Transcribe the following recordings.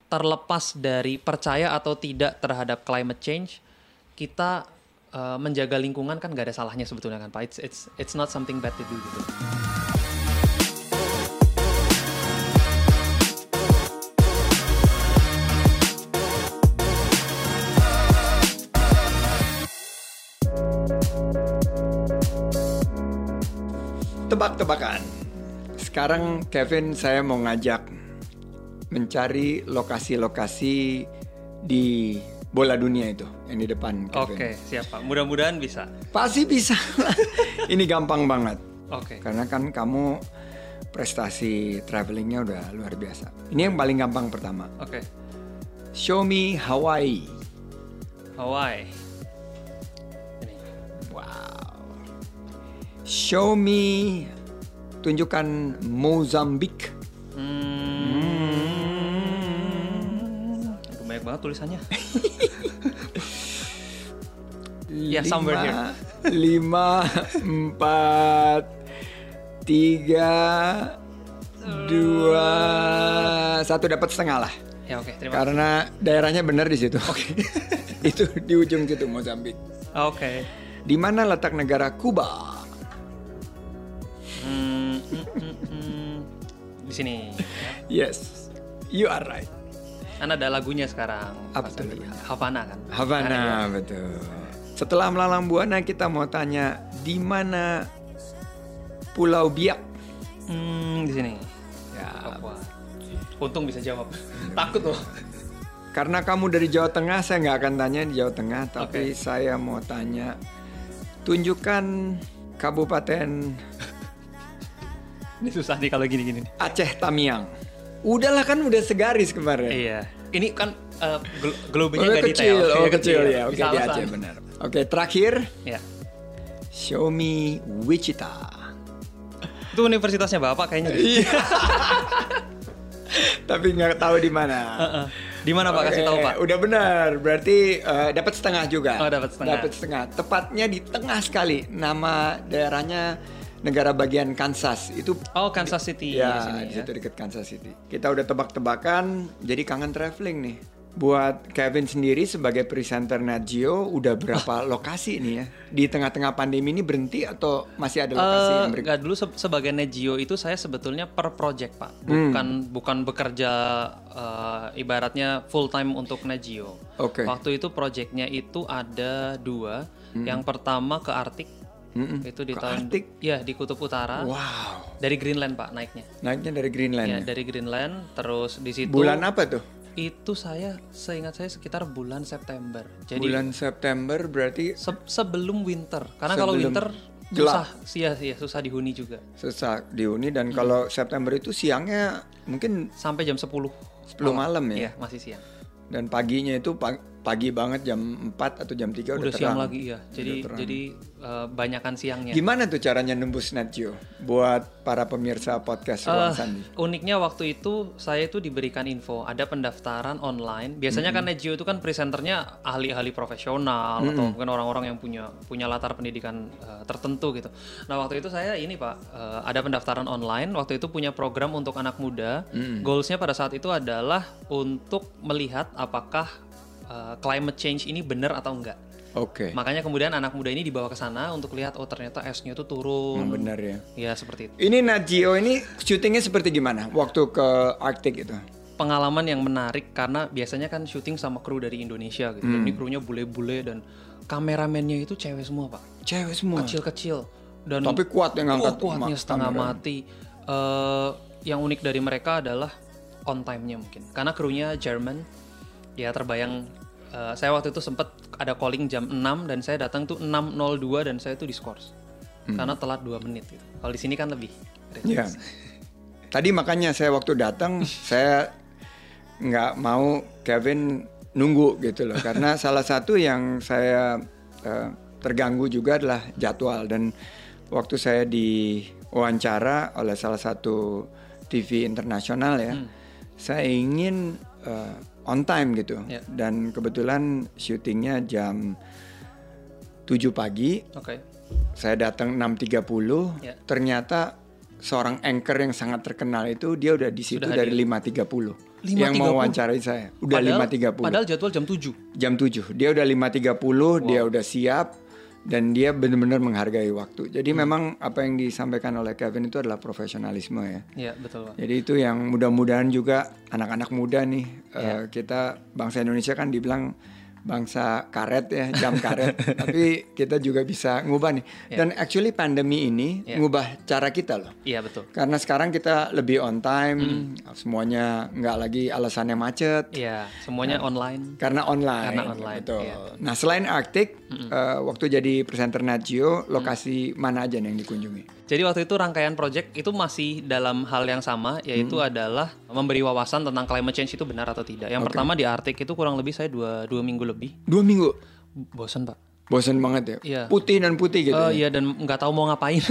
terlepas dari percaya atau tidak terhadap climate change, kita menjaga lingkungan kan gak ada salahnya sebetulnya kan Pak. It's not something bad to do gitu. Tebak-tebakan. Sekarang Kevin saya mau ngajak mencari lokasi-lokasi di bola dunia itu yang di depan Kevin. Oke, siap Pak. Mudah-mudahan bisa. Pasti bisa. Ini gampang banget. Oke. Karena kan kamu prestasi travelingnya udah luar biasa. Ini yang paling gampang pertama. Oke. Show me Hawaii. Hawaii. Ini. Wow. Show me, tunjukkan Mozambik. Aduh, banyak banget tulisannya. Ya, somewhere here. 5, 4, 3, 2, 1 dapat setengah lah. Ya oke, terima kasih. Karena daerahnya benar di situ. Oke. Itu di ujung situ Mozambik. Oke. Di mana letak negara Kuba? Di sini. Yes, you are right. Kan ada lagunya sekarang. Apa Mas tuh Andi. lagunya? Havana kan. Havana, betul. Setelah melalang buana kita mau tanya di mana Pulau Biak? Di sini. Ya, Papua. Untung bisa jawab. Takut loh. karena kamu dari Jawa Tengah, saya nggak akan tanya di Jawa Tengah, tapi Oke. saya mau tanya, tunjukkan kabupaten Ini susah nih kalau gini-gini. Aceh Tamiang. Udahlah kan udah segaris kemarin. Iya. Ini kan globenya nggak kecil, detail. kecil ya. Oke, Bisa di alasan. Aceh benar. Oke, terakhir, Ya. show me Wichita. Itu universitasnya Bapak kayaknya. Iya. Tapi nggak tahu di mana. Di mana Pak? Kasih tahu Pak. Udah benar, berarti dapat setengah juga. Oh, dapat setengah. Dapat setengah. Tepatnya di tengah sekali. Nama daerahnya negara bagian Kansas. Itu Oh, Kansas City ya, di sini di ya. situ dekat Kansas City. Kita udah tebak-tebakan, jadi kangen traveling nih. Buat Kevin sendiri sebagai presenter Nat Geo, udah berapa lokasi nih ya? Di tengah-tengah pandemi ini berhenti atau masih ada lokasi yang berikut? Enggak, dulu sebagai Nat Geo itu saya sebetulnya per project Pak, bukan bekerja ibaratnya full time untuk Nat Geo. Oke. Waktu itu projectnya itu ada 2. Yang pertama ke Arktik, itu di Ke tahun Arktik? ya di Kutub Utara. Wow, Dari Greenland Pak naiknya. naiknya dari Greenland. Ya Ya, dari Greenland, terus di situ. bulan apa tuh? Itu seingat saya sekitar bulan September. Jadi Bulan September berarti sebelum winter. Karena kalau Sebelum winter gelap. susah dihuni juga. susah dihuni, dan kalau September itu siangnya mungkin Sampai jam 10 10 malam ya. Iya, masih siang. Dan paginya itu pagi banget jam 4 atau jam 3 udah Udah siang terang. lagi ya. Jadi banyakan siangnya. Gimana tuh caranya nembus Nat Geo buat para pemirsa podcast Ruang Sandi? Uniknya waktu itu saya itu diberikan info ada pendaftaran online. Biasanya kan Nat Geo itu kan presenternya ahli-ahli profesional atau mungkin orang-orang yang punya latar pendidikan tertentu gitu. Nah waktu itu saya ini Pak ada pendaftaran online. Waktu itu punya program untuk anak muda. Goalsnya pada saat itu adalah untuk melihat apakah climate change ini benar atau enggak. Oke. Makanya kemudian anak muda ini dibawa ke sana untuk lihat oh ternyata esnya itu turun. Benar ya. Ya seperti itu. Ini Nat Geo ini syutingnya seperti gimana waktu ke Arktik itu? Pengalaman yang menarik karena biasanya kan syuting sama kru dari Indonesia gitu. Dan ini krunya bule-bule dan kameramennya itu cewek semua Pak. Cewek semua. Kecil-kecil dan Tapi kuat yang ngangkat kuatnya setengah kamera. mati. Yang unik dari mereka adalah on time-nya mungkin. Karena krunya Jerman. Ya terbayang saya waktu itu sempat ada calling jam 6 dan saya datang tuh 6:02 dan saya tuh diskors. Karena telat 2 menit gitu. Kalau di sini kan lebih. Ya. Tadi makanya saya waktu datang saya nggak mau Kevin nunggu gitu loh, karena salah satu yang saya terganggu juga adalah jadwal. Dan waktu saya diwawancara oleh salah satu TV internasional ya, saya ingin on time gitu. Ya. Dan kebetulan syutingnya jam 7 pagi. Oke. Saya datang 6.30. Ya. Ternyata seorang anchor yang sangat terkenal itu dia udah di situ Sudah dari hadir. 5.30. yang mau wawancarai saya. Udah 5.30. Padahal jadwal jam 7. Jam 7. Dia udah 5.30, dia udah siap. Dan dia benar-benar menghargai waktu. Jadi memang apa yang disampaikan oleh Kevin itu adalah profesionalisme ya. Iya, betul Pak. Jadi itu yang mudah-mudahan juga anak-anak muda nih. Kita bangsa Indonesia kan dibilang bangsa karet ya, jam karet. Tapi kita juga bisa ngubah nih. Dan actually pandemi ini ngubah cara kita loh. Iya, betul. Karena sekarang kita lebih on time, semuanya nggak lagi alasannya macet. Iya, semuanya online. Karena online. Betul. Nah, selain Arctic, waktu jadi presenter Nat Geo, lokasi mana aja nih yang dikunjungi? Jadi waktu itu rangkaian project itu masih dalam hal yang sama, yaitu adalah memberi wawasan tentang climate change itu benar atau tidak. Yang pertama di Arctic itu kurang lebih saya 2 minggu lebih. 2 minggu? Bosan Pak. Bosan banget ya? Iya. Putih dan putih gitu ya? Iya, dan nggak tahu mau ngapain.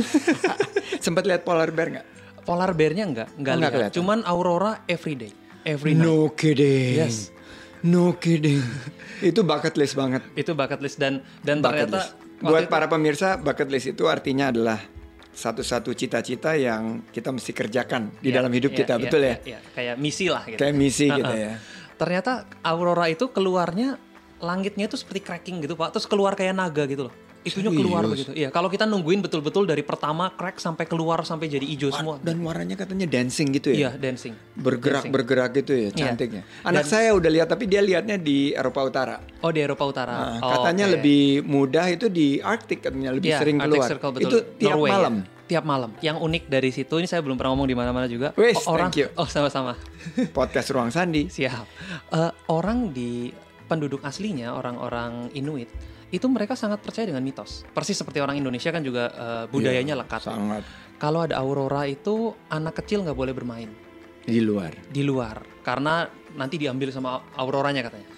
Sempat lihat polar bear nggak? Polar bear-nya nggak lihat. Kelihatan. Cuman aurora every day, every night. No kidding. Yes. No kidding. Itu bucket list banget. Itu bucket list dan Bucket ternyata list. Buat para pemirsa, bucket list itu artinya adalah satu-satu cita-cita yang kita mesti kerjakan di dalam hidup kita, betul ya? Kayak misi lah gitu. Kayak misi gitu ya. Ternyata aurora itu keluarnya langitnya itu seperti cracking gitu Pak, terus keluar kayak naga gitu loh. Itunya keluar begitu. Iya, kalau kita nungguin betul-betul dari pertama crack sampai keluar sampai jadi hijau semua. Dan warnanya katanya dancing gitu ya? Iya, dancing. Bergerak gitu ya, cantiknya. Anak saya udah lihat, tapi dia lihatnya di Eropa Utara. Oh, di Eropa Utara. Katanya lebih mudah itu di Arctic, katanya lebih sering keluar. Arctic Circle, betul. Itu tiap Norway, malam. Ya? Tiap malam. Yang unik dari situ, ini saya belum pernah ngomong di mana-mana juga. Wes, orang, thank you. Oh, sama-sama. Podcast Ruang Sandi. Siap. Orang di penduduk aslinya, orang-orang Inuit, itu mereka sangat percaya dengan mitos. Persis seperti orang Indonesia kan juga budayanya lekat. Sangat. Kalau ada aurora itu anak kecil nggak boleh bermain. Di luar. Di luar. Karena nanti diambil sama auroranya katanya.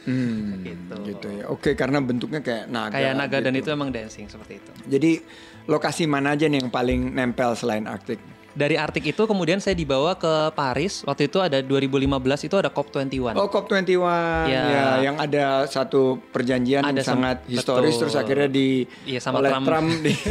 Gitu ya. Oke, karena bentuknya kayak naga. Kayak naga gitu. Dan itu emang dancing seperti itu. Jadi lokasi mana aja nih yang paling nempel selain Arctic? Dari Arctic itu kemudian saya dibawa ke Paris. Waktu itu ada 2015 itu ada COP21. Oh, COP21. Ya, yang ada satu perjanjian yang sangat historis, terus akhirnya sama oleh Trump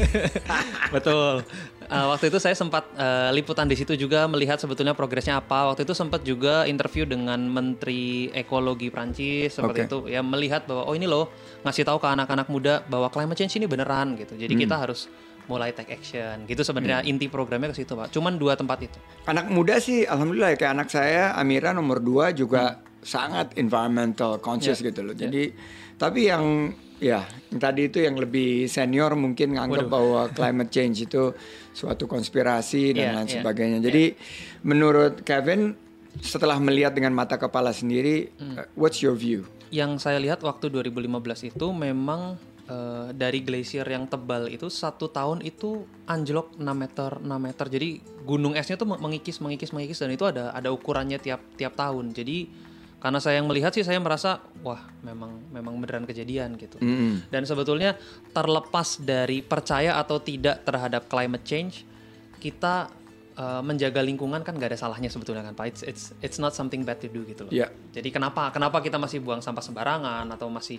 Betul. Waktu itu saya sempat liputan di situ juga melihat sebetulnya progresnya apa. Waktu itu sempat juga interview dengan Menteri Ekologi Prancis seperti itu, ya, melihat bahwa ini loh, ngasih tahu ke anak-anak muda bahwa climate change ini beneran gitu. Jadi kita harus mulai take action gitu sebenarnya. Inti programnya ke situ Pak. Cuman 2 tempat itu. Anak muda sih alhamdulillah, kayak anak saya Amira nomor 2 juga sangat environmental conscious gitu loh. Jadi tapi yang tadi itu yang lebih senior mungkin nganggap bahwa climate change itu suatu konspirasi dan lain sebagainya. Jadi menurut Kevin, setelah melihat dengan mata kepala sendiri, what's your view? Yang saya lihat waktu 2015 itu memang dari glasier yang tebal itu 1 tahun itu anjlok 6 meter. Jadi gunung esnya tuh mengikis dan itu ada ukurannya tiap tahun. Jadi karena saya yang melihat sih, saya merasa wah memang beneran kejadian gitu. Dan sebetulnya terlepas dari percaya atau tidak terhadap climate change, kita menjaga lingkungan kan gak ada salahnya sebetulnya kan Pak. It's not something bad to do gitu loh. Jadi kenapa kita masih buang sampah sembarangan atau masih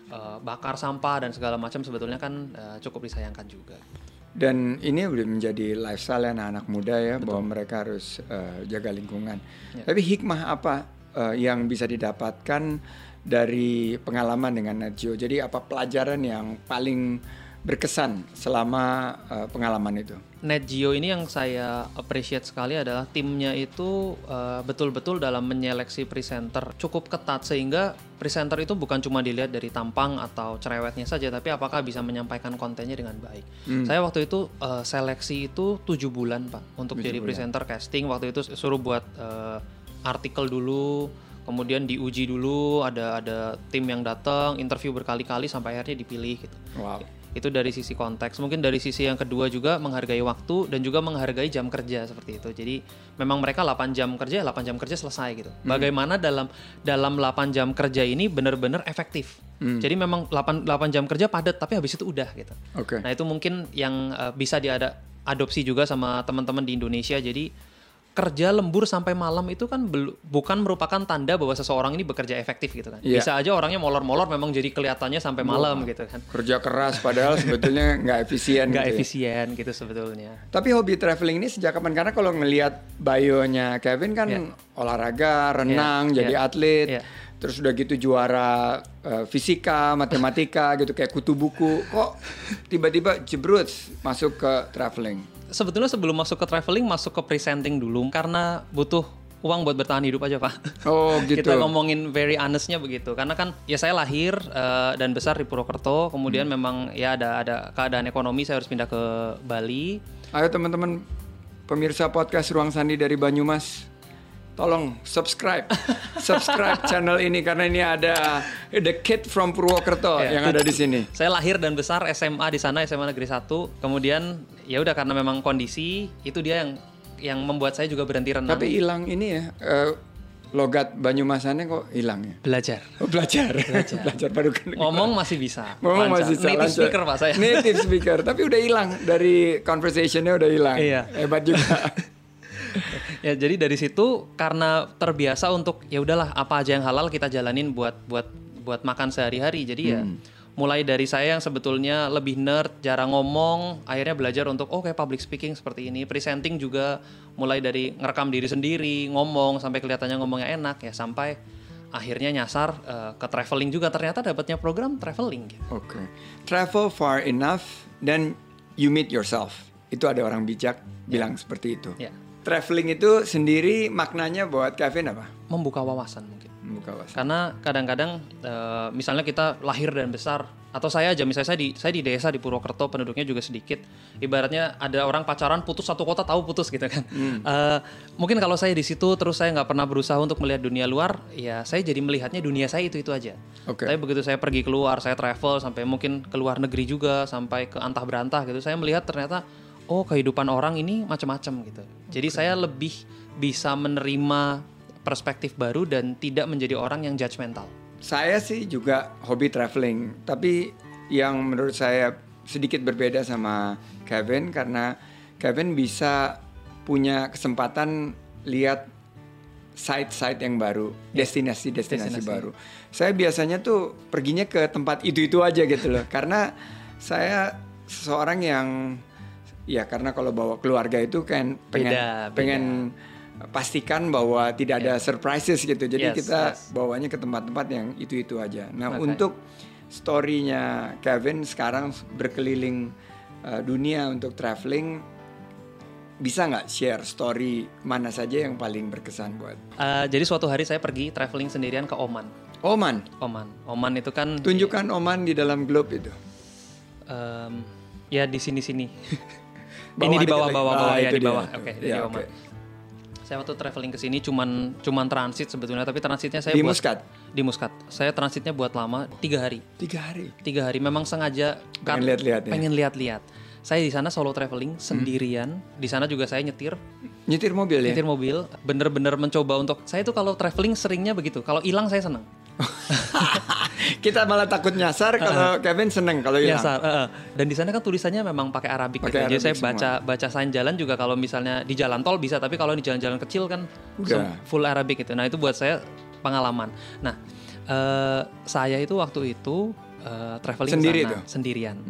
bakar sampah dan segala macam, sebetulnya kan cukup disayangkan juga. Dan ini udah menjadi lifestyle anak-anak muda ya. Betul. Bahwa mereka harus jaga lingkungan. Tapi hikmah apa yang bisa didapatkan dari pengalaman dengan Nat Geo? Jadi apa pelajaran yang paling berkesan selama pengalaman itu? Nat Geo ini yang saya appreciate sekali adalah timnya itu betul-betul dalam menyeleksi presenter cukup ketat, sehingga presenter itu bukan cuma dilihat dari tampang atau cerewetnya saja, tapi apakah bisa menyampaikan kontennya dengan baik. Saya waktu itu seleksi itu 7 bulan Pak untuk jadi presenter casting. Waktu itu suruh buat artikel dulu, kemudian diuji dulu, ada tim yang datang, interview berkali-kali sampai akhirnya dipilih gitu. Wow. Itu dari sisi konteks. Mungkin dari sisi yang kedua juga menghargai waktu dan juga menghargai jam kerja seperti itu. Jadi memang mereka 8 jam kerja selesai gitu. Bagaimana dalam 8 jam kerja ini benar-benar efektif. Jadi memang 8 jam kerja padat tapi habis itu udah gitu. Nah, itu mungkin yang bisa diadopsi juga sama teman-teman di Indonesia. Jadi kerja lembur sampai malam itu kan bukan merupakan tanda bahwa seseorang ini bekerja efektif gitu kan. Iya. Bisa aja orangnya molor-molor memang jadi kelihatannya sampai malam gitu kan. Kerja keras padahal sebetulnya nggak efisien. Nggak gitu efisien gitu sebetulnya. Tapi hobi traveling ini sejak kapan? Karena kalau ngelihat bio-nya Kevin kan olahraga, renang, jadi atlet. Terus udah gitu juara fisika, matematika gitu kayak kutu buku. Kok tiba-tiba jebrut masuk ke traveling? Sebetulnya sebelum masuk ke traveling, masuk ke presenting dulu karena butuh uang buat bertahan hidup aja, Pak. Oh gitu. Kita ngomongin very honestnya begitu. Karena kan ya saya lahir dan besar di Purwokerto, kemudian memang ya ada keadaan ekonomi saya harus pindah ke Bali. Ayo teman-teman pemirsa podcast Ruang Sandi dari Banyumas, tolong subscribe channel ini karena ini ada The Kid from Purwokerto yang ada di sini. Saya lahir dan besar SMA di sana, SMA Negeri 1. Kemudian ya udah karena memang kondisi itu dia yang membuat saya juga berhenti renang. Tapi hilang ini ya logat Banyumasannya kok hilang ya? Belajar. Oh, belajar baru kan. Ngomong masih bisa. Ngomong masih bisa. Native speaker Pak saya. Native speaker, tapi udah hilang dari conversationnya udah hilang. Iya. Hebat juga. Ya jadi dari situ karena terbiasa untuk ya udahlah apa aja yang halal kita jalanin buat makan sehari-hari. Jadi ya mulai dari saya yang sebetulnya lebih nerd, jarang ngomong, akhirnya belajar untuk kayak public speaking seperti ini, presenting juga mulai dari ngerekam diri sendiri, ngomong sampai kelihatannya ngomongnya enak ya sampai akhirnya nyasar ke traveling juga, ternyata dapatnya program traveling gitu. Oke. Travel far enough then you meet yourself. Itu ada orang bijak bilang seperti itu. Ya. Traveling itu sendiri maknanya buat Kevin apa? Membuka wawasan mungkin. Membuka wawasan. Karena kadang-kadang misalnya kita lahir dan besar atau saya aja misalnya saya di desa di Purwokerto penduduknya juga sedikit. Ibaratnya ada orang pacaran putus satu kota tahu putus gitu kan. Mungkin kalau saya di situ terus saya nggak pernah berusaha untuk melihat dunia luar, ya saya jadi melihatnya dunia saya itu aja. Okay. Tapi begitu saya pergi keluar, saya travel sampai mungkin ke luar negeri juga sampai ke antah berantah gitu, saya melihat ternyata kehidupan orang ini macam-macam gitu. Jadi saya lebih bisa menerima perspektif baru dan tidak menjadi orang yang judgmental. Saya sih juga hobi traveling, tapi yang menurut saya sedikit berbeda sama Kevin karena Kevin bisa punya kesempatan lihat site-site yang baru, destinasi baru. Saya biasanya tuh perginya ke tempat itu aja gitu loh, karena saya seseorang yang ya karena kalau bawa keluarga itu kan pengen pastikan bahwa tidak ada surprises gitu. Jadi kita bawanya ke tempat-tempat yang itu aja. Nah, untuk story-nya Kevin sekarang berkeliling dunia untuk traveling, bisa nggak share story mana saja yang paling berkesan buat? Jadi suatu hari saya pergi traveling sendirian ke Oman. Oman itu kan tunjukkan Oman di dalam globe itu. Ya di sini. Ini di bawah ya di bawah. Oke, di Oman. Saya waktu traveling ke sini cuman transit sebetulnya, tapi transitnya saya di Muscat. Di Muscat. Saya transitnya buat lama 3 hari. 3 hari memang sengaja pengen lihat-lihat. Saya di sana solo traveling sendirian. Di sana juga saya nyetir mobil ya. Nyetir mobil, bener-bener mencoba untuk saya tuh kalau traveling seringnya begitu. Kalau hilang saya senang. Kita malah takut nyasar kalau Kevin seneng kalau hilang. Dan di sana kan tulisannya memang pakai Arabik gitu. Jadi saya baca sign jalan juga kalau misalnya di jalan tol bisa, tapi kalau di jalan-jalan kecil kan full Arabik gitu. Nah, itu buat saya pengalaman. Nah, saya itu waktu itu traveling sendirian.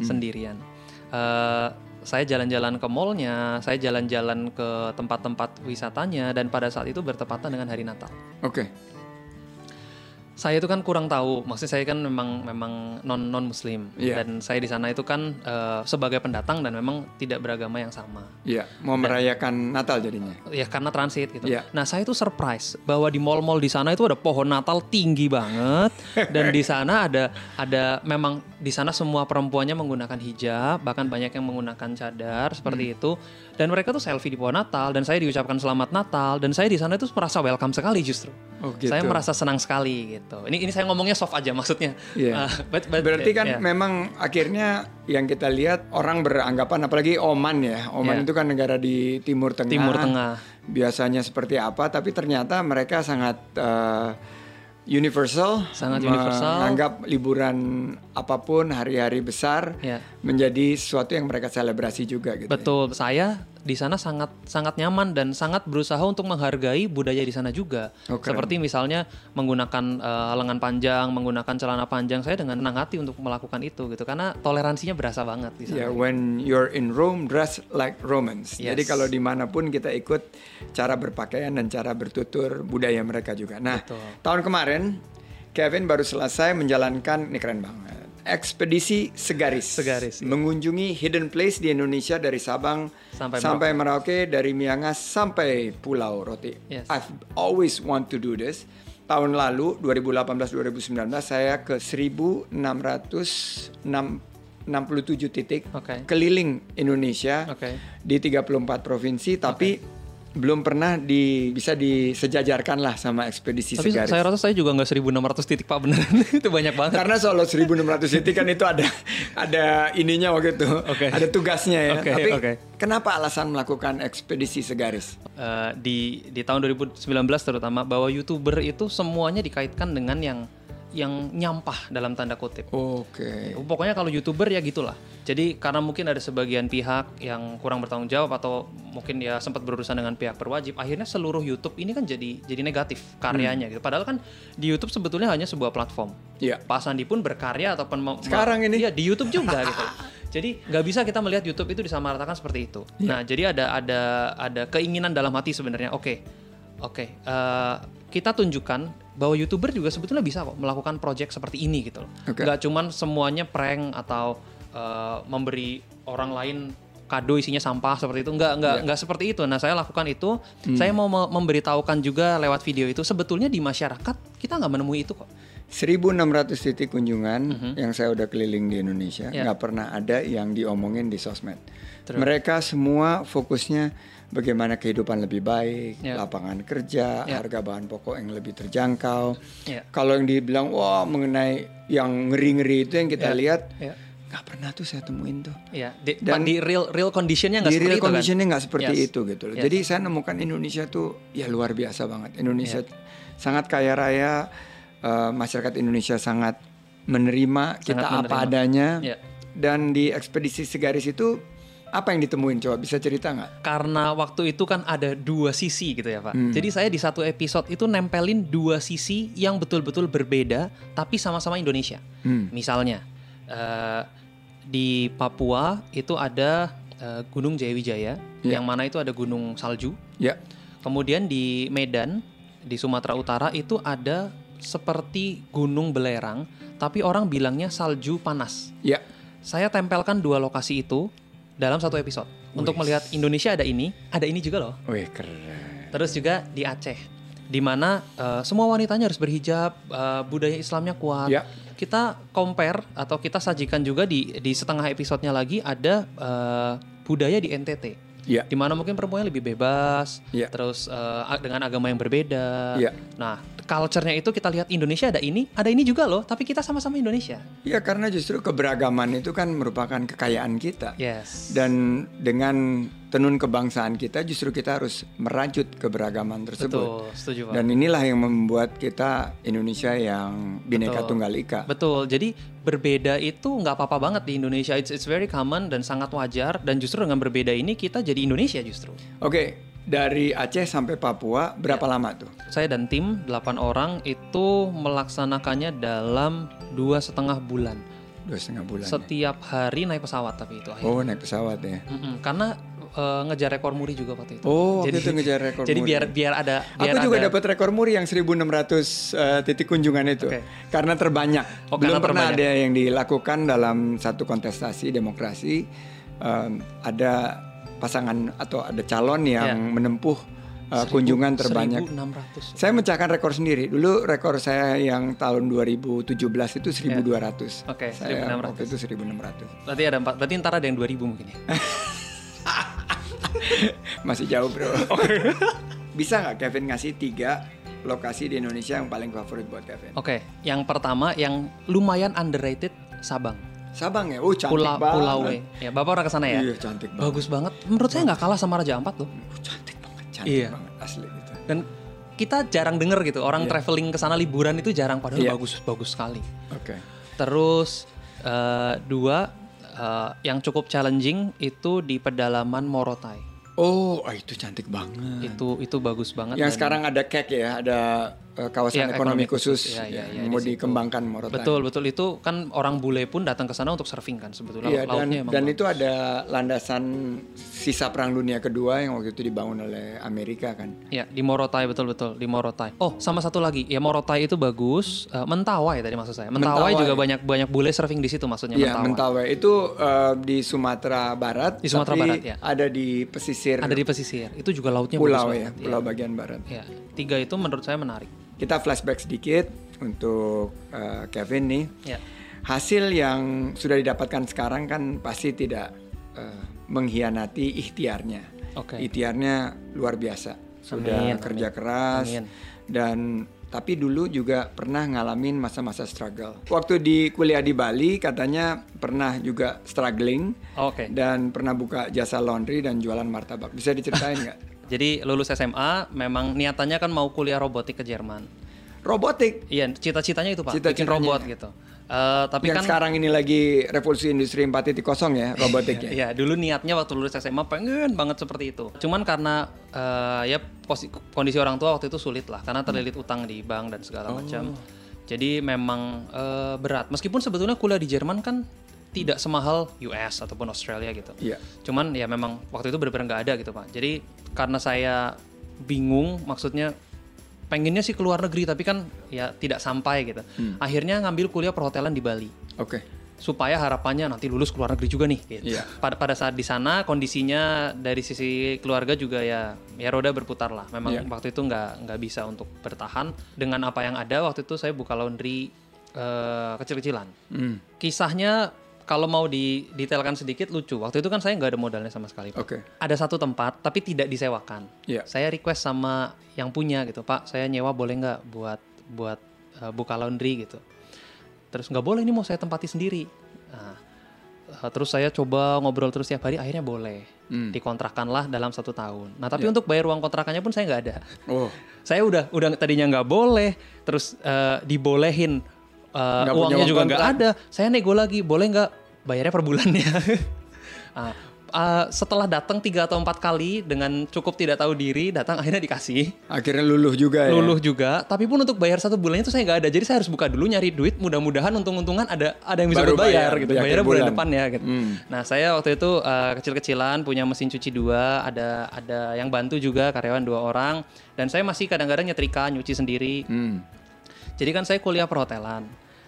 Saya jalan-jalan ke mallnya, saya jalan-jalan ke tempat-tempat wisatanya, dan pada saat itu bertepatan dengan hari Natal. Oke. Saya itu kan kurang tahu, maksudnya saya kan memang non Muslim, dan saya di sana itu kan sebagai pendatang dan memang tidak beragama yang sama. Iya, mau merayakan Natal jadinya. Ya karena transit gitu. Nah, saya itu surprise bahwa di mall-mall di sana itu ada pohon Natal tinggi banget, dan di sana ada memang di sana semua perempuannya menggunakan hijab, bahkan banyak yang menggunakan cadar seperti itu. Dan mereka tuh selfie di pohon Natal, dan saya diucapkan selamat Natal, dan saya di sana itu merasa welcome sekali justru. Oh, gitu. Saya merasa senang sekali gitu. Ini saya ngomongnya soft aja maksudnya. Berarti kan memang akhirnya yang kita lihat orang beranggapan, apalagi Oman ya. Oman itu kan negara di Timur Tengah. Biasanya seperti apa, tapi ternyata mereka sangat universal, menganggap liburan apapun, hari-hari besar menjadi sesuatu yang mereka selebrasi juga gitu. Betul, saya di sana sangat sangat nyaman dan sangat berusaha untuk menghargai budaya di sana juga. Seperti misalnya menggunakan lengan panjang, menggunakan celana panjang, saya dengan senang hati untuk melakukan itu gitu karena toleransinya berasa banget di sana. Yeah, when you're in Rome, dress like Romans. Jadi kalau dimanapun kita ikut cara berpakaian dan cara bertutur budaya mereka juga. Nah, tahun kemarin Kevin baru selesai menjalankan, ini keren banget, ekspedisi Segaris. Mengunjungi hidden place di Indonesia dari Sabang sampai Merauke, dari Miangas sampai Pulau Roti. I've always want to do this. Tahun lalu 2018-2019 saya ke 1667 titik keliling Indonesia di 34 provinsi, tapi belum pernah bisa disejajarkan lah sama ekspedisi Segaris. Tapi saya rasa saya juga nggak 1600 titik Pak, beneran. Itu banyak banget. Karena solo 1600 titik kan itu ada ininya waktu itu, ada tugasnya ya. Tapi kenapa alasan melakukan ekspedisi Segaris? Di tahun 2019 terutama, bahwa YouTuber itu semuanya dikaitkan dengan yang nyampah dalam tanda kutip. Pokoknya kalau YouTuber ya gitulah. Jadi karena mungkin ada sebagian pihak yang kurang bertanggung jawab atau mungkin ya sempat berurusan dengan pihak berwajib, akhirnya seluruh YouTube ini kan jadi negatif karyanya gitu. Padahal kan di YouTube sebetulnya hanya sebuah platform. Pak Sandi pun berkarya ataupun sekarang ini di YouTube juga gitu. Jadi nggak bisa kita melihat YouTube itu disamaratakan seperti itu. Nah, jadi ada keinginan dalam hati sebenarnya. Kita tunjukkan bahwa YouTuber juga sebetulnya bisa kok melakukan project seperti ini gitu loh. Nggak cuman semuanya prank atau memberi orang lain kado isinya sampah seperti itu. Nggak seperti itu. Nah, saya lakukan itu. Saya mau memberitahukan juga lewat video itu, sebetulnya di masyarakat kita nggak menemui itu kok. 1600 titik kunjungan yang saya udah keliling di Indonesia, nggak pernah ada yang diomongin di sosmed. Mereka semua fokusnya bagaimana kehidupan lebih baik, lapangan kerja, harga bahan pokok yang lebih terjangkau. Kalau yang dibilang wah mengenai yang ngeri-ngeri itu yang kita lihat, nggak pernah tuh saya temuin tuh. Dan di real conditionnya nggak seperti itu kan? Di real conditionnya nggak seperti itu gitu loh. Jadi saya nemukan Indonesia tuh ya luar biasa banget. Indonesia sangat kaya raya, masyarakat Indonesia sangat menerima kita apa adanya. Dan di ekspedisi Segaris itu apa yang ditemuin, coba bisa cerita nggak? Karena waktu itu kan ada dua sisi gitu ya Pak. Jadi saya di satu episode itu nempelin dua sisi yang betul-betul berbeda tapi sama-sama Indonesia. Misalnya di Papua itu ada Gunung Jayawijaya, yang mana itu ada gunung salju. Kemudian di Medan, di Sumatera Utara itu ada seperti gunung belerang, tapi orang bilangnya salju panas. Saya tempelkan dua lokasi itu dalam satu episode untuk melihat Indonesia ada ini juga loh. Keren. Terus juga di Aceh, di mana semua wanitanya harus berhijab, budaya Islamnya kuat. Kita compare atau kita sajikan juga di setengah episodenya lagi ada budaya di NTT. Di mana mungkin perempuan lebih bebas, terus dengan agama yang berbeda. Nah, culture-nya itu kita lihat Indonesia ada ini juga loh, tapi kita sama-sama Indonesia. Karena justru keberagaman itu kan merupakan kekayaan kita. Dan dengan tenun kebangsaan kita justru kita harus merajut keberagaman tersebut. Betul, setuju Pak. Dan inilah yang membuat kita Indonesia yang Bhinneka Tunggal Ika. Betul. Jadi berbeda itu nggak apa-apa banget di Indonesia. It's very common dan sangat wajar. Dan justru dengan berbeda ini kita jadi Indonesia justru. Dari Aceh sampai Papua berapa lama tuh? Saya dan tim 8 orang itu melaksanakannya dalam 2,5 bulan. 2,5 bulan. Setiap hari naik pesawat tapi itu akhirnya. Naik pesawat ya. Karena ngejar rekor muri juga waktu itu. Waktu itu ngejar rekor muri. Jadi biar ada. Aku juga dapat rekor muri yang 1.600 titik kunjungan itu. Karena terbanyak. Belum pernah ada yang dilakukan dalam satu kontestasi demokrasi. Ada pasangan atau ada calon yang menempuh kunjungan terbanyak. 1.600. Saya mecahkan rekor sendiri. Dulu rekor saya yang tahun 2017 itu 1.200. Saya 1.600. Waktu itu 1.600. Berarti ntar ada yang 2.000 mungkin ya. Masih jauh bro. Bisa nggak Kevin ngasih 3 lokasi di Indonesia yang paling favorit buat Kevin? Yang pertama yang lumayan underrated, Sabang ya, cantik banget. Pulau W. Ya, Bapak orang kesana ya? Iya, cantik banget. Bagus banget. Menurut saya nggak kalah sama Raja Ampat loh. Cantik banget banget, asli gitu. Dan kita jarang denger gitu, orang traveling kesana liburan itu jarang, padahal bagus sekali. Terus 2 yang cukup challenging itu di pedalaman Morotai. Oh, itu cantik banget. Itu bagus banget. Yang sekarang ada KEK ya, ada kawasan ekonomi khusus yang mau dikembangkan Morotai. Betul itu kan orang bule pun datang ke sana untuk surfing kan sebetulnya. Iya, lautnya dan itu ada landasan sisa Perang Dunia Kedua yang waktu itu dibangun oleh Amerika kan. Iya, di Morotai betul di Morotai. Oh, sama satu lagi, ya Morotai itu bagus. Mentawai tadi maksud saya. Mentawai juga banyak bule surfing di situ maksudnya. Iya, Mentawai itu di Sumatera Barat. Di Sumatera Barat ya. Ada di pesisir. Ada di pesisir. Itu juga lautnya pulau bagus ya, pulau bagian barat. Ya, 3 itu menurut saya menarik. Kita flashback sedikit untuk Kevin nih. Ya. Hasil yang sudah didapatkan sekarang kan pasti tidak mengkhianati ikhtiarnya. Ikhtiarnya luar biasa. Sudah kerja keras. Dan tapi dulu juga pernah ngalamin masa-masa struggle. Waktu di kuliah di Bali katanya pernah juga struggling. Dan pernah buka jasa laundry dan jualan martabak. Bisa diceritain nggak? Jadi lulus SMA memang niatannya kan mau kuliah robotik ke Jerman. Robotik? Iya, cita-citanya itu Pak, bikin robot gitu. Tapi yang kan sekarang ini lagi revolusi industri 4.0 ya, robotiknya. Iya, dulu niatnya waktu lulus SMA pengen banget seperti itu. Cuman karena kondisi orang tua waktu itu sulit lah, karena terlilit utang di bank dan segala macam. Jadi memang berat. Meskipun sebetulnya kuliah di Jerman kan tidak semahal US ataupun Australia gitu. Iya. Cuman ya memang waktu itu benar-benar nggak ada gitu Pak. Jadi karena saya bingung, maksudnya pengennya sih keluar negeri tapi kan ya tidak sampai gitu. Akhirnya ngambil kuliah perhotelan di Bali. Supaya harapannya nanti lulus keluar negeri juga nih. Gitu. Iya. Pada saat di sana kondisinya dari sisi keluarga juga ya roda berputar lah. Memang waktu itu nggak bisa untuk bertahan dengan apa yang ada. Waktu itu saya buka laundry kecil-kecilan. Kisahnya kalau mau didetailkan sedikit lucu. Waktu itu kan saya nggak ada modalnya sama sekali. Ada satu tempat tapi tidak disewakan. Saya request sama yang punya gitu, Pak, saya nyewa boleh nggak buat buka laundry gitu. Terus nggak boleh, ini mau saya tempati sendiri. Nah, terus saya coba ngobrol terus tiap hari, akhirnya boleh. Dikontrakkanlah dalam 1 tahun. Nah tapi untuk bayar uang kontrakannya pun saya nggak ada. Saya udah tadinya nggak boleh, terus dibolehin. Uangnya juga nggak ada. Saya nego lagi, boleh nggak bayarnya per bulannya. Setelah datang 3 atau 4 kali dengan cukup tidak tahu diri, datang akhirnya dikasih. Akhirnya luluh juga ya. Luluh juga, tapi pun untuk bayar 1 bulannya itu saya nggak ada. Jadi saya harus buka dulu nyari duit, mudah-mudahan untung-untungan ada yang bisa bayar gitu. Bayarnya bulan depan ya gitu. Nah saya waktu itu kecil-kecilan punya mesin cuci 2, ada yang bantu juga karyawan 2 orang, dan saya masih kadang-kadang nyetrika, nyuci sendiri. Jadi kan saya kuliah perhotelan.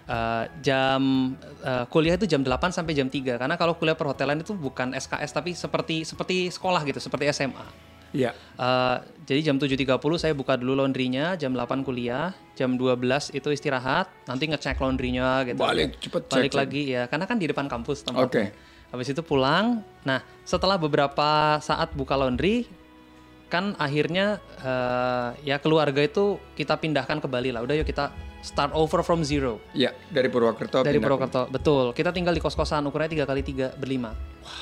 Kuliah itu jam 8 sampai jam 3. Karena kalau kuliah perhotelan itu bukan SKS tapi seperti sekolah gitu, seperti SMA. Iya. Jadi jam 7.30 saya buka dulu laundrynya, jam 8 kuliah, jam 12 itu istirahat, nanti ngecek laundrynya gitu. Balik lagi ya, karena kan di depan kampus tempatnya. Habis itu pulang. Nah, setelah beberapa saat buka laundry, kan akhirnya ya keluarga itu kita pindahkan ke Bali lah. Udah yuk kita start over from zero. Iya, dari Purwokerto. Dari Purwokerto, betul. Kita tinggal di kos-kosan, ukurannya 3x3 berlima.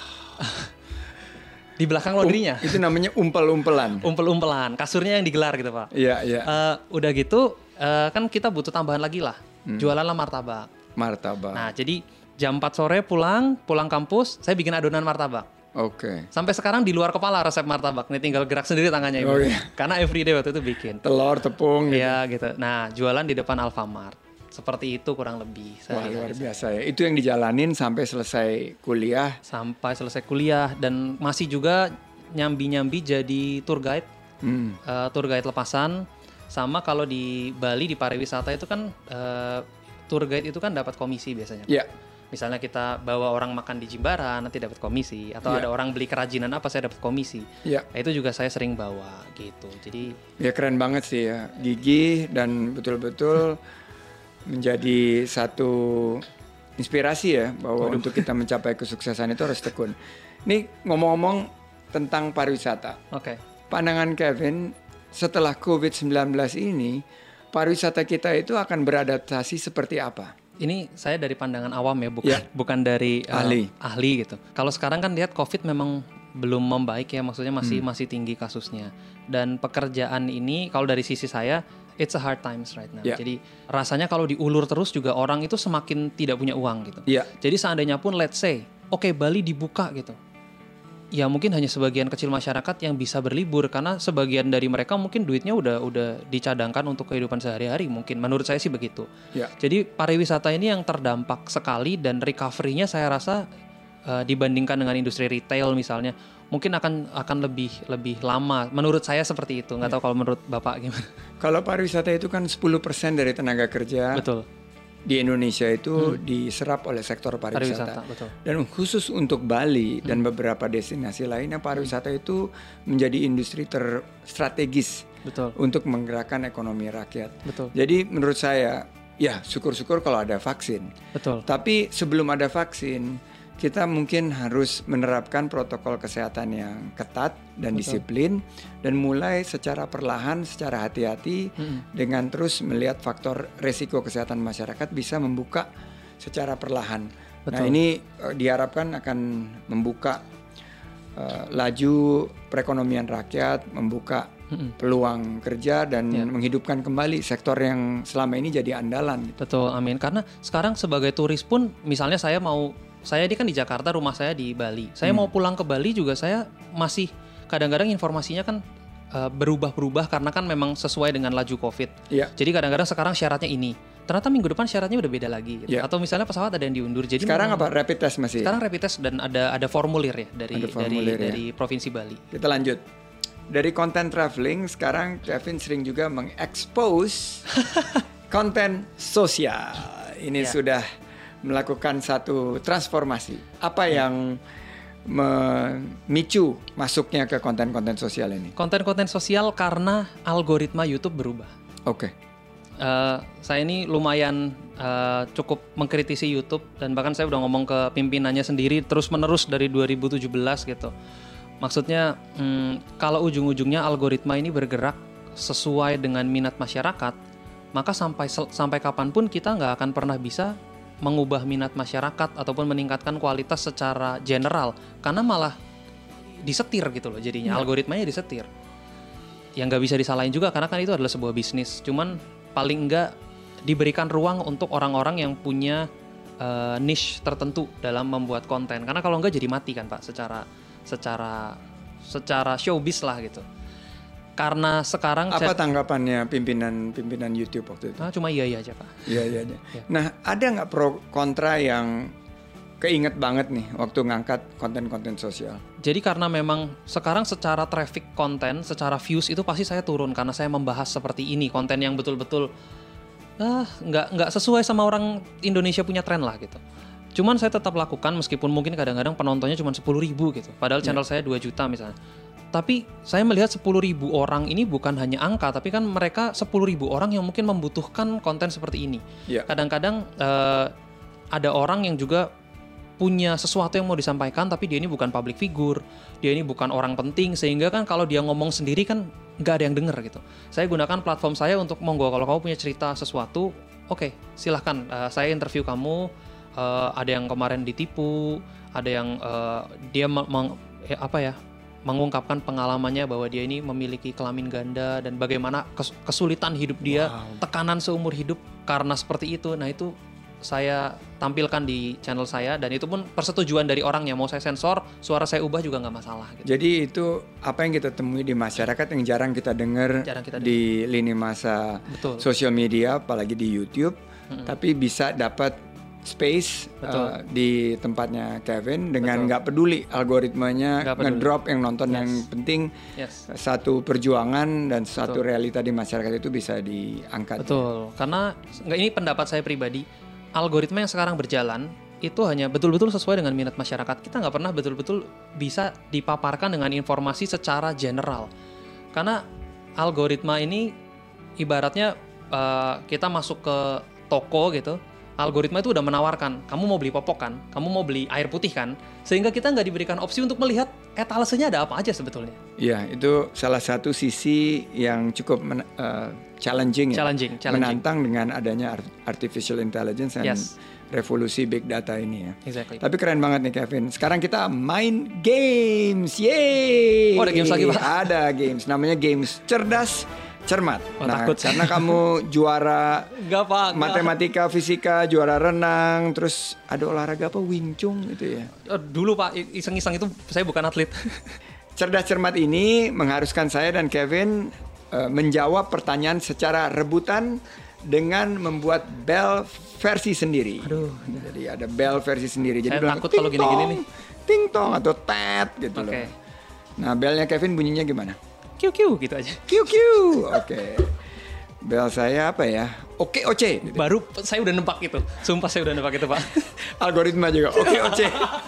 Di belakang laundrynya. Itu namanya umpel-umpelan. Umpel-umpelan, kasurnya yang digelar gitu Pak. Iya. Udah gitu, kan kita butuh tambahan lagi lah. Jualanlah martabak. Nah, jadi jam 4 sore pulang kampus, saya bikin adonan martabak. Sampai sekarang di luar kepala resep martabak. Nih tinggal gerak sendiri tangannya Ibu. Karena everyday waktu itu bikin. Telur, tepung gitu. Iya gitu. Nah jualan di depan Alfamart. Seperti itu kurang lebih. Wah luar biasa ya. Itu yang dijalanin sampai selesai kuliah. Sampai selesai kuliah. Dan masih juga nyambi-nyambi jadi tour guide. Tour guide lepasan. Sama kalau di Bali di pariwisata itu kan tour guide itu kan dapat komisi biasanya. Iya. Misalnya kita bawa orang makan di Jimbaran nanti dapat komisi, atau ada orang beli kerajinan apa saya dapat komisi. Nah, itu juga saya sering bawa gitu. Jadi ya keren banget sih ya, gigih dan betul-betul menjadi satu inspirasi ya bahwa untuk kita mencapai kesuksesan itu harus tekun. Nih ngomong-ngomong tentang pariwisata. Pandangan Kevin setelah COVID-19 ini, pariwisata kita itu akan beradaptasi seperti apa? Ini saya dari pandangan awam ya, bukan dari ahli gitu. Kalau sekarang kan lihat COVID memang belum membaik ya, maksudnya masih tinggi kasusnya. Dan pekerjaan ini kalau dari sisi saya, it's a hard times right now. Jadi rasanya kalau diulur terus juga orang itu semakin tidak punya uang gitu. Jadi seandainya pun let's say, Bali dibuka gitu. ya mungkin hanya sebagian kecil masyarakat yang bisa berlibur, karena sebagian dari mereka mungkin duitnya udah dicadangkan untuk kehidupan sehari-hari, mungkin menurut saya sih begitu. Jadi pariwisata ini yang terdampak sekali, dan recovery-nya saya rasa dibandingkan dengan industri retail misalnya mungkin akan lebih lama. Menurut saya seperti itu. Nggak tahu kalau menurut Bapak gimana. Kalau pariwisata itu kan 10% dari tenaga kerja. Betul. Di Indonesia itu diserap oleh sektor pariwisata. Betul. Dan khusus untuk Bali dan beberapa destinasi lainnya, pariwisata itu menjadi industri terstrategis untuk menggerakkan ekonomi rakyat. Betul. Jadi menurut saya, ya syukur-syukur kalau ada vaksin. Betul. Tapi sebelum ada vaksin, kita mungkin harus menerapkan protokol kesehatan yang ketat dan disiplin, dan mulai secara perlahan, secara hati-hati, dengan terus melihat faktor resiko kesehatan masyarakat, bisa membuka secara perlahan. Nah ini diharapkan akan membuka laju perekonomian rakyat, membuka peluang kerja, dan menghidupkan kembali sektor yang selama ini jadi andalan. Betul, amin. Karena sekarang sebagai turis pun, misalnya saya ini kan di Jakarta, rumah saya di Bali. Saya mau pulang ke Bali juga, saya masih kadang-kadang informasinya kan berubah-berubah karena kan memang sesuai dengan laju COVID. Jadi kadang-kadang sekarang syaratnya ini, ternyata minggu depan syaratnya udah beda lagi. Gitu. Atau misalnya pesawat ada yang diundur. Jadi sekarang apa? Rapid test masih? Sekarang rapid test, dan ada formulir ya dari Provinsi Bali. Kita lanjut. Dari konten traveling, sekarang Kevin sering juga mengekspos konten sosial. Ini sudah melakukan satu transformasi. Apa yang memicu masuknya ke konten-konten sosial ini? Konten-konten sosial karena algoritma YouTube berubah. Saya ini lumayan cukup mengkritisi YouTube, dan bahkan saya udah ngomong ke pimpinannya sendiri terus-menerus dari 2017 gitu. Maksudnya kalau ujung-ujungnya algoritma ini bergerak sesuai dengan minat masyarakat, maka sampai kapanpun kita nggak akan pernah bisa mengubah minat masyarakat ataupun meningkatkan kualitas secara general, karena malah disetir gitu loh jadinya. Algoritmanya disetir. Yang nggak bisa disalahin juga, karena kan itu adalah sebuah bisnis. Cuman paling nggak diberikan ruang untuk orang-orang yang punya niche tertentu dalam membuat konten. Karena kalau nggak jadi mati kan Pak, secara showbiz lah gitu. Karena sekarang apa tanggapannya pimpinan YouTube waktu itu? Cuma iya aja Pak. Iya. Nah, ada nggak pro kontra yang keinget banget nih waktu ngangkat konten-konten sosial? Jadi karena memang sekarang secara traffic konten, secara views itu pasti saya turun, karena saya membahas seperti ini, konten yang betul-betul nggak sesuai sama orang Indonesia punya tren lah gitu. Cuman saya tetap lakukan meskipun mungkin kadang-kadang penontonnya cuma 10.000 gitu. Padahal channel saya 2 juta misalnya. Tapi saya melihat 10.000 orang ini bukan hanya angka, tapi kan mereka 10.000 orang yang mungkin membutuhkan konten seperti ini. Kadang-kadang ada orang yang juga punya sesuatu yang mau disampaikan, tapi dia ini bukan public figure, dia ini bukan orang penting, sehingga kan kalau dia ngomong sendiri kan nggak ada yang denger gitu. Saya gunakan platform saya untuk monggo, kalau kamu punya cerita sesuatu, oke, silahkan, saya interview kamu. Ada yang kemarin ditipu, ada yang dia mengungkapkan pengalamannya bahwa dia ini memiliki kelamin ganda dan bagaimana kesulitan hidup dia, tekanan seumur hidup karena seperti itu. Nah itu saya tampilkan di channel saya, dan itu pun persetujuan dari orang yang mau saya sensor, suara saya ubah juga nggak masalah gitu. Jadi itu apa yang kita temui di masyarakat yang jarang kita dengar di lini masa sosial media, apalagi di YouTube, tapi bisa dapat space di tempatnya Kevin dengan nggak peduli algoritmanya ngedrop yang nonton. Yang penting satu perjuangan dan satu realita di masyarakat itu bisa diangkat. Karena ini pendapat saya pribadi, algoritma yang sekarang berjalan itu hanya betul-betul sesuai dengan minat masyarakat. Kita nggak pernah betul-betul bisa dipaparkan dengan informasi secara general, karena algoritma ini ibaratnya kita masuk ke toko gitu. Algoritma itu udah menawarkan, kamu mau beli popok kan, kamu mau beli air putih kan, sehingga kita nggak diberikan opsi untuk melihat etalasenya ada apa aja sebetulnya. Iya, itu salah satu sisi yang cukup challenging, menantang dengan adanya artificial intelligence dan revolusi big data ini ya. Tapi keren banget nih Kevin. Sekarang kita main games, yeay! Oh, ada games lagi Pak? Ada games, namanya games cerdas, cermat. Oh, Nah, takut. karena kamu juara Enggak Pak. enggak. matematika, fisika, juara renang, terus ada olahraga apa, Wing Chun gitu ya. Dulu Pak, iseng-iseng itu saya bukan atlet. Cerdas cermat ini mengharuskan saya dan Kevin menjawab pertanyaan secara rebutan dengan membuat bell versi sendiri. Aduh. Jadi ada bell versi sendiri. Jadi Saya bilang, takut kalau gini-gini nih. ting tong atau tet gitu Oke. loh. Nah, bellnya Kevin bunyinya gimana? QQ gitu aja. QQ. Oke. Bell saya apa ya? Oke oce. Gitu. Baru saya udah nebak itu. Sumpah saya udah nebak itu Pak. Algoritma juga. Oke oce.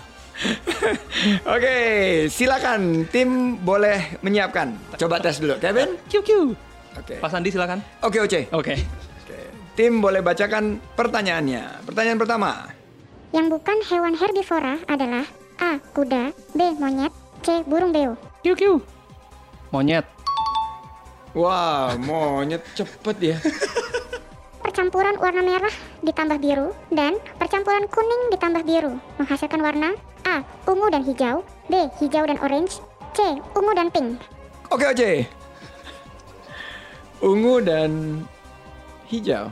Oke, silakan tim boleh menyiapkan. Coba tes dulu, Kevin. QQ. Oke. Pak Sandi silakan. Oke oce. Oke. Oke. Tim boleh bacakan pertanyaannya. Pertanyaan pertama. Yang bukan hewan herbivora adalah A. Kuda, B. Monyet, C. Burung beo. QQ. Monyet. Wah, monyet cepet ya. Percampuran warna merah ditambah biru dan percampuran kuning ditambah biru menghasilkan warna A. Ungu dan hijau, B. Hijau dan orange, C. Ungu dan pink. Oke oce. Ungu dan hijau.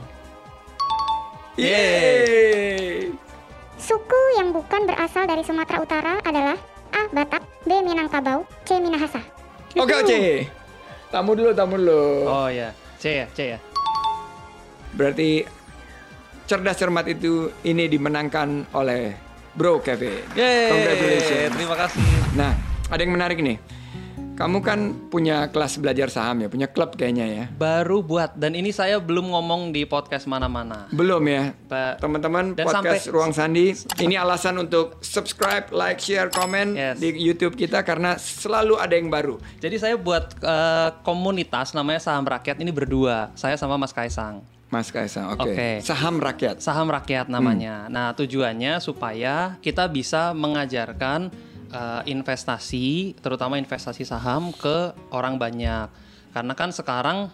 Yeay. Suku yang bukan berasal dari Sumatera Utara adalah A. Batak, B. Minangkabau, C. Minahasa. Oke oce. Tamu dulu. Oh ya. C ya. Berarti cerdas cermat itu ini dimenangkan oleh Bro Kevin. Yeay. Congratulations. Terima kasih. Nah, ada yang menarik nih. Kamu kan punya kelas belajar saham ya, punya klub kayaknya ya. Baru buat dan ini saya belum ngomong di podcast mana-mana. Belum ya, Pak. teman-teman. Dan Podcast sampai- Ruang Sandi. Ini alasan untuk subscribe, like, share, komen Yes. di YouTube kita karena selalu ada yang baru. Jadi saya buat komunitas namanya Saham Rakyat ini berdua. Saya sama Mas Kaisang. Mas Kaisang, oke. Oke. Saham rakyat. Saham Rakyat namanya. Nah, tujuannya supaya kita bisa mengajarkan investasi, terutama investasi saham ke orang banyak. Karena kan sekarang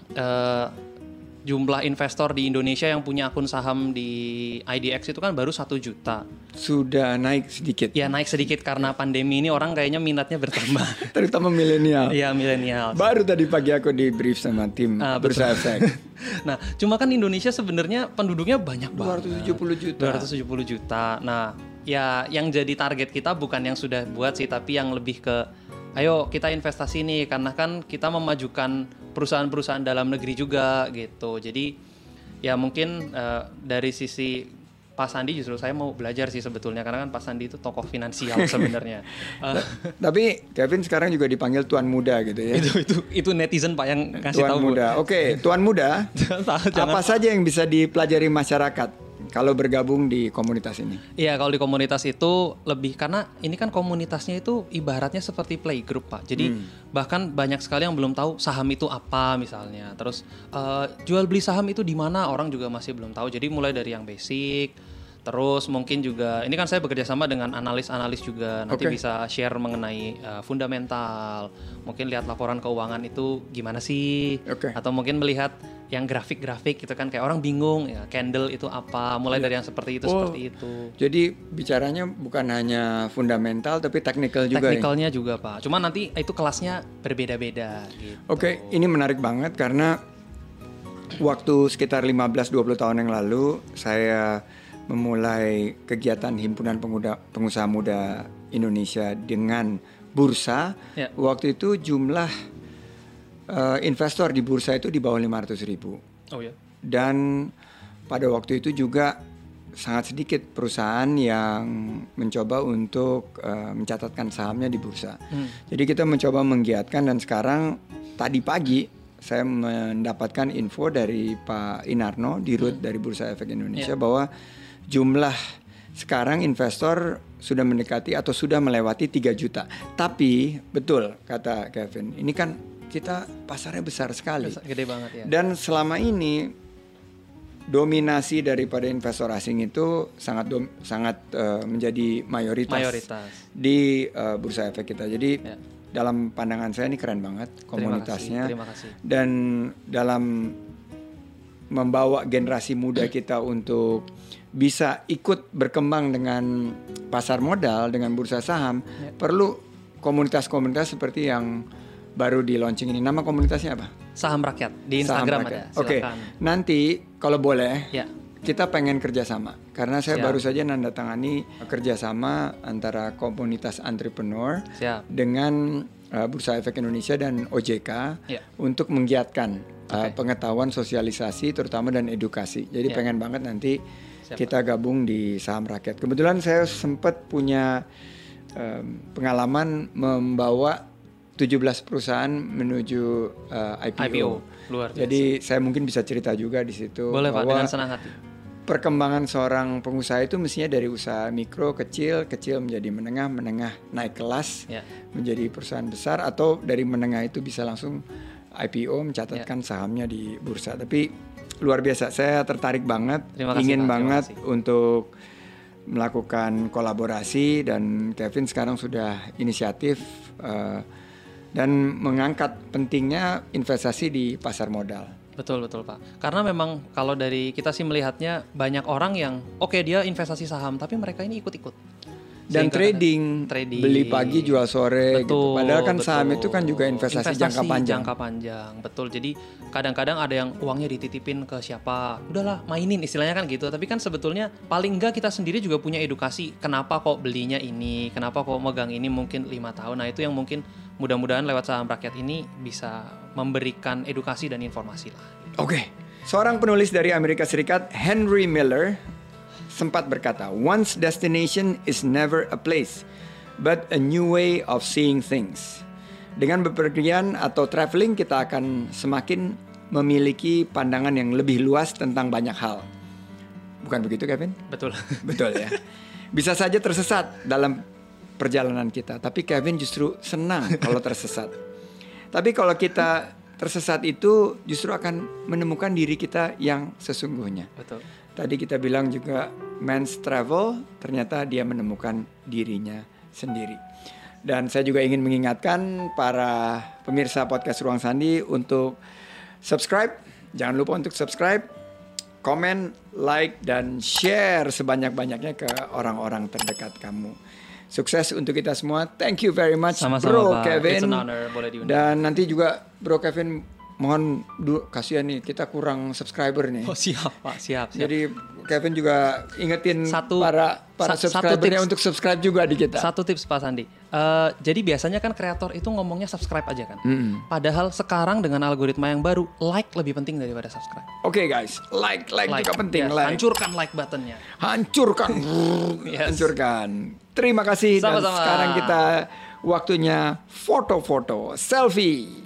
jumlah investor di Indonesia yang punya akun saham di IDX itu kan baru 1 juta. Sudah naik sedikit. Ya naik sedikit karena pandemi ini orang kayaknya minatnya bertambah. Terutama milenial. Iya milenial. Baru tadi pagi aku di brief sama tim Bursa Efek. Nah, cuma kan Indonesia sebenarnya penduduknya banyak banget. 270 juta. 270 juta. Nah, ya yang jadi target kita bukan yang sudah buat sih, tapi yang lebih ke ayo kita investasi nih karena kan kita memajukan perusahaan-perusahaan dalam negeri juga gitu. Jadi ya mungkin dari sisi Pak Sandi justru saya mau belajar sih sebetulnya karena kan Pak Sandi itu tokoh finansial sebenarnya. Tapi Kevin sekarang juga dipanggil Tuan Muda gitu ya. itu netizen Pak yang ngasih Tuan tahu. Muda. Oke, Tuan Muda. Jangan Apa saja yang bisa dipelajari masyarakat kalau bergabung di komunitas ini? Iya, kalau di komunitas itu lebih karena ini kan komunitasnya itu ibaratnya seperti playgroup Pak. Jadi bahkan banyak sekali yang belum tahu saham itu apa misalnya. Terus jual beli saham itu di mana orang juga masih belum tahu. Jadi mulai dari yang basic, terus mungkin juga ini kan saya bekerja sama dengan analis-analis juga. Nanti Oke. bisa share mengenai fundamental. Mungkin lihat laporan keuangan itu gimana sih? Oke. Atau mungkin melihat yang grafik-grafik gitu kan kayak orang bingung ya candle itu apa, mulai dari yang seperti itu seperti itu. Jadi bicaranya bukan hanya fundamental tapi teknikal juga ya? Teknikalnya juga Pak. Cuma nanti itu kelasnya berbeda-beda gitu. Oke, ini menarik banget karena waktu sekitar 15-20 tahun yang lalu saya memulai kegiatan Himpunan Pengusaha Muda Indonesia dengan bursa. Ya. Waktu itu jumlah investor di bursa itu di bawah 500.000. Oh ya. Dan pada waktu itu juga sangat sedikit perusahaan yang mencoba untuk mencatatkan sahamnya di bursa. Jadi kita mencoba menggiatkan dan sekarang tadi pagi saya mendapatkan info dari Pak Inarno di Dirut dari Bursa Efek Indonesia bahwa jumlah sekarang investor sudah mendekati atau sudah melewati 3 juta. Tapi betul kata Kevin, ini kan kita pasarnya besar sekali. Gede banget ya. Dan selama ini dominasi daripada investor asing itu sangat menjadi mayoritas di Bursa Efek kita. Jadi dalam pandangan saya ini keren banget komunitasnya. Terima kasih. Dan dalam membawa generasi muda kita untuk bisa ikut berkembang dengan pasar modal, dengan bursa saham, perlu komunitas-komunitas seperti yang baru di launching ini. Nama komunitasnya apa? Saham Rakyat di Instagram ada. Oke. Silakan. Nanti kalau boleh Ya. kita pengen kerjasama karena saya Siap. baru saja nandatangani kerjasama antara komunitas entrepreneur Siap. dengan Bursa Efek Indonesia dan OJK Ya. untuk menggiatkan Oke. pengetahuan, sosialisasi terutama dan edukasi. Jadi Ya. pengen banget nanti Siap, kita gabung di Saham Rakyat. Kebetulan saya sempat punya pengalaman membawa 17 perusahaan menuju IPO. Luar biasa. Jadi saya mungkin bisa cerita juga di situ Boleh Pak, bahwa dengan senang hati. perkembangan seorang pengusaha itu mestinya dari usaha mikro, kecil menjadi menengah, naik kelas Ya. menjadi perusahaan besar, atau dari menengah itu bisa langsung IPO mencatatkan sahamnya di bursa. Tapi luar biasa, saya tertarik banget, Terima kasih, ingin Pak. Terima banget kasih. untuk melakukan kolaborasi, dan Kevin sekarang sudah inisiatif dan mengangkat pentingnya investasi di pasar modal. Betul Pak. Karena memang kalau dari kita sih melihatnya banyak orang yang oke, dia investasi saham tapi mereka ini ikut-ikut. Dan Sehingga trading, trading, beli pagi jual sore gitu. Padahal kan saham betul. itu kan juga investasi jangka panjang. Jangka panjang, betul. Jadi kadang-kadang ada yang uangnya dititipin ke siapa, udahlah mainin istilahnya kan gitu. Tapi kan sebetulnya paling enggak kita sendiri juga punya edukasi. Kenapa kok belinya ini? Kenapa kok megang ini mungkin 5 tahun? Nah itu yang mungkin mudah-mudahan lewat Saham Rakyat ini bisa memberikan edukasi dan informasi lah. Oke. Seorang penulis dari Amerika Serikat, Henry Miller, sempat berkata, "One's destination is never a place, but a new way of seeing things." Dengan bepergian atau traveling, kita akan semakin memiliki pandangan yang lebih luas tentang banyak hal. Bukan begitu, Kevin? Betul. Betul ya. Bisa saja tersesat dalam perjalanan kita, tapi Kevin justru senang kalau tersesat. Tapi kalau kita tersesat itu justru akan menemukan diri kita yang sesungguhnya. Betul. Tadi kita bilang juga man's travel, ternyata dia menemukan dirinya sendiri. Dan saya juga ingin mengingatkan para pemirsa podcast Ruang Sandi untuk subscribe. Jangan lupa untuk subscribe, komen, like, dan share sebanyak-banyaknya ke orang-orang terdekat kamu. Sukses untuk kita semua. Thank you very much, Sama-sama, Bro Pak. Kevin. It's an honor, boleh diundang. Dan nanti juga Bro Kevin, mohon kasihan nih, kita kurang subscriber nih. Oh siap Pak, siap. Jadi Kevin juga ingetin Satu- para satu subscribernya tips. untuk subscribe juga di kita. Satu tips Pak Sandi. Jadi biasanya kan kreator itu ngomongnya subscribe aja kan. Padahal sekarang dengan algoritma yang baru, like lebih penting daripada subscribe. Oke guys, like juga penting. Yes, Like. hancurkan like buttonnya. Hancurkan. Yes. Hancurkan. Terima kasih. Dan Sama-sama. sekarang kita waktunya foto-foto selfie.